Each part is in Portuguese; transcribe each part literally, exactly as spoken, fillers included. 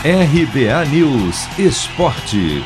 R B A News Esporte.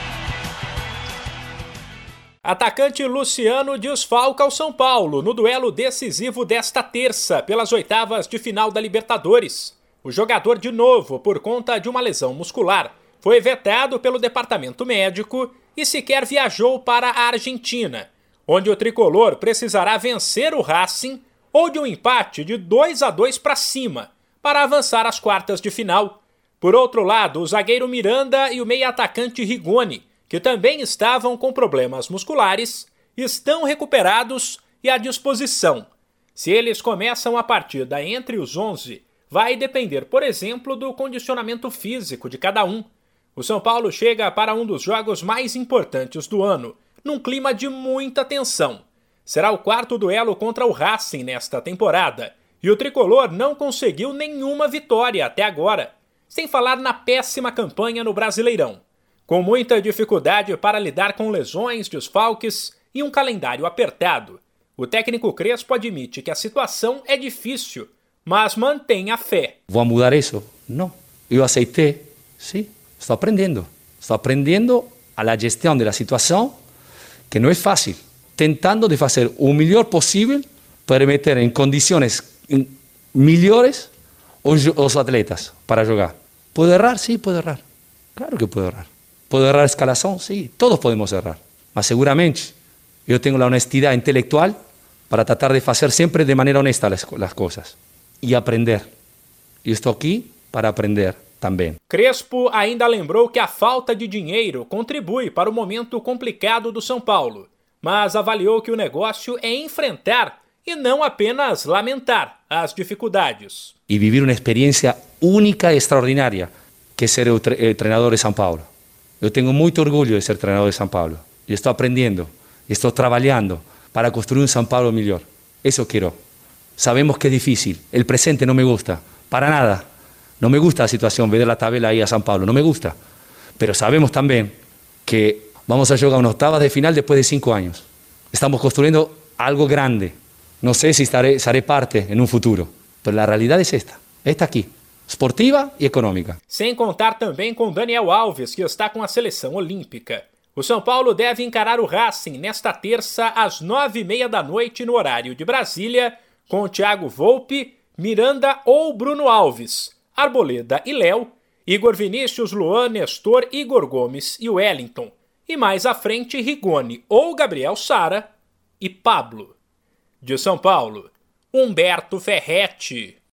Atacante Luciano desfalca o São Paulo no duelo decisivo desta terça pelas oitavas de final da Libertadores. O jogador, de novo, por conta de uma lesão muscular, foi vetado pelo departamento médico e sequer viajou para a Argentina, onde o tricolor precisará vencer o Racing ou de um empate de dois a dois para cima para avançar às quartas de final. Por outro lado, o zagueiro Miranda e o meia-atacante Rigoni, que também estavam com problemas musculares, estão recuperados e à disposição. Se eles começam a partida entre os onze, vai depender, por exemplo, do condicionamento físico de cada um. O São Paulo chega para um dos jogos mais importantes do ano, num clima de muita tensão. Será o quarto duelo contra o Racing nesta temporada, e o tricolor não conseguiu nenhuma vitória até agora, sem falar na péssima campanha no Brasileirão. Com muita dificuldade para lidar com lesões, desfalques e um calendário apertado, o técnico Crespo admite que a situação é difícil, mas mantém a fé. Vou mudar isso? Não. Eu aceitei. Sim, estou aprendendo. Estou aprendendo a gestão da situação, que não é fácil. Tentando de fazer o melhor possível para meter em condições melhores os, os atletas para jogar. ¿Puedo errar? Sí, puedo errar. Claro que puedo errar. ¿Puedo errar a escalación? Sí, todos podemos errar. Mas seguramente yo tengo la honestidad intelectual para tratar de hacer siempre de manera honesta las, las cosas. Y aprender. Y estoy aquí para aprender também. Crespo ainda lembrou que a falta de dinheiro contribui para o momento complicado do São Paulo, mas avaliou que o negócio é enfrentar e não apenas lamentar as dificuldades. E viver uma experiência única e extraordinária, que é ser o, tre- o treinador de São Paulo. Eu tenho muito orgulho de ser treinador de São Paulo. E estou aprendendo, estou trabalhando para construir um São Paulo melhor. Isso quero. Sabemos que é difícil. O presente não me gusta, para nada. Não me gusta a situação, ver a tabela aí a São Paulo, não me gusta. Mas sabemos também que vamos a jogar uma oitava de final depois de cinco anos. Estamos construindo algo grande. No sé si estaré, seré parte en un futuro, pero la realidad es esta, esta aquí, esportiva e econômica. Sem contar também com Daniel Alves, que está com a seleção olímpica. O São Paulo deve encarar o Racing nesta terça às nove e meia da noite no horário de Brasília, com Thiago Volpi, Miranda ou Bruno Alves, Arboleda e Léo, Igor Vinícius, Luan, Nestor, Igor Gomes e Wellington, e mais à frente Rigoni ou Gabriel Sara e Pablo. De São Paulo, Humberto Ferretti.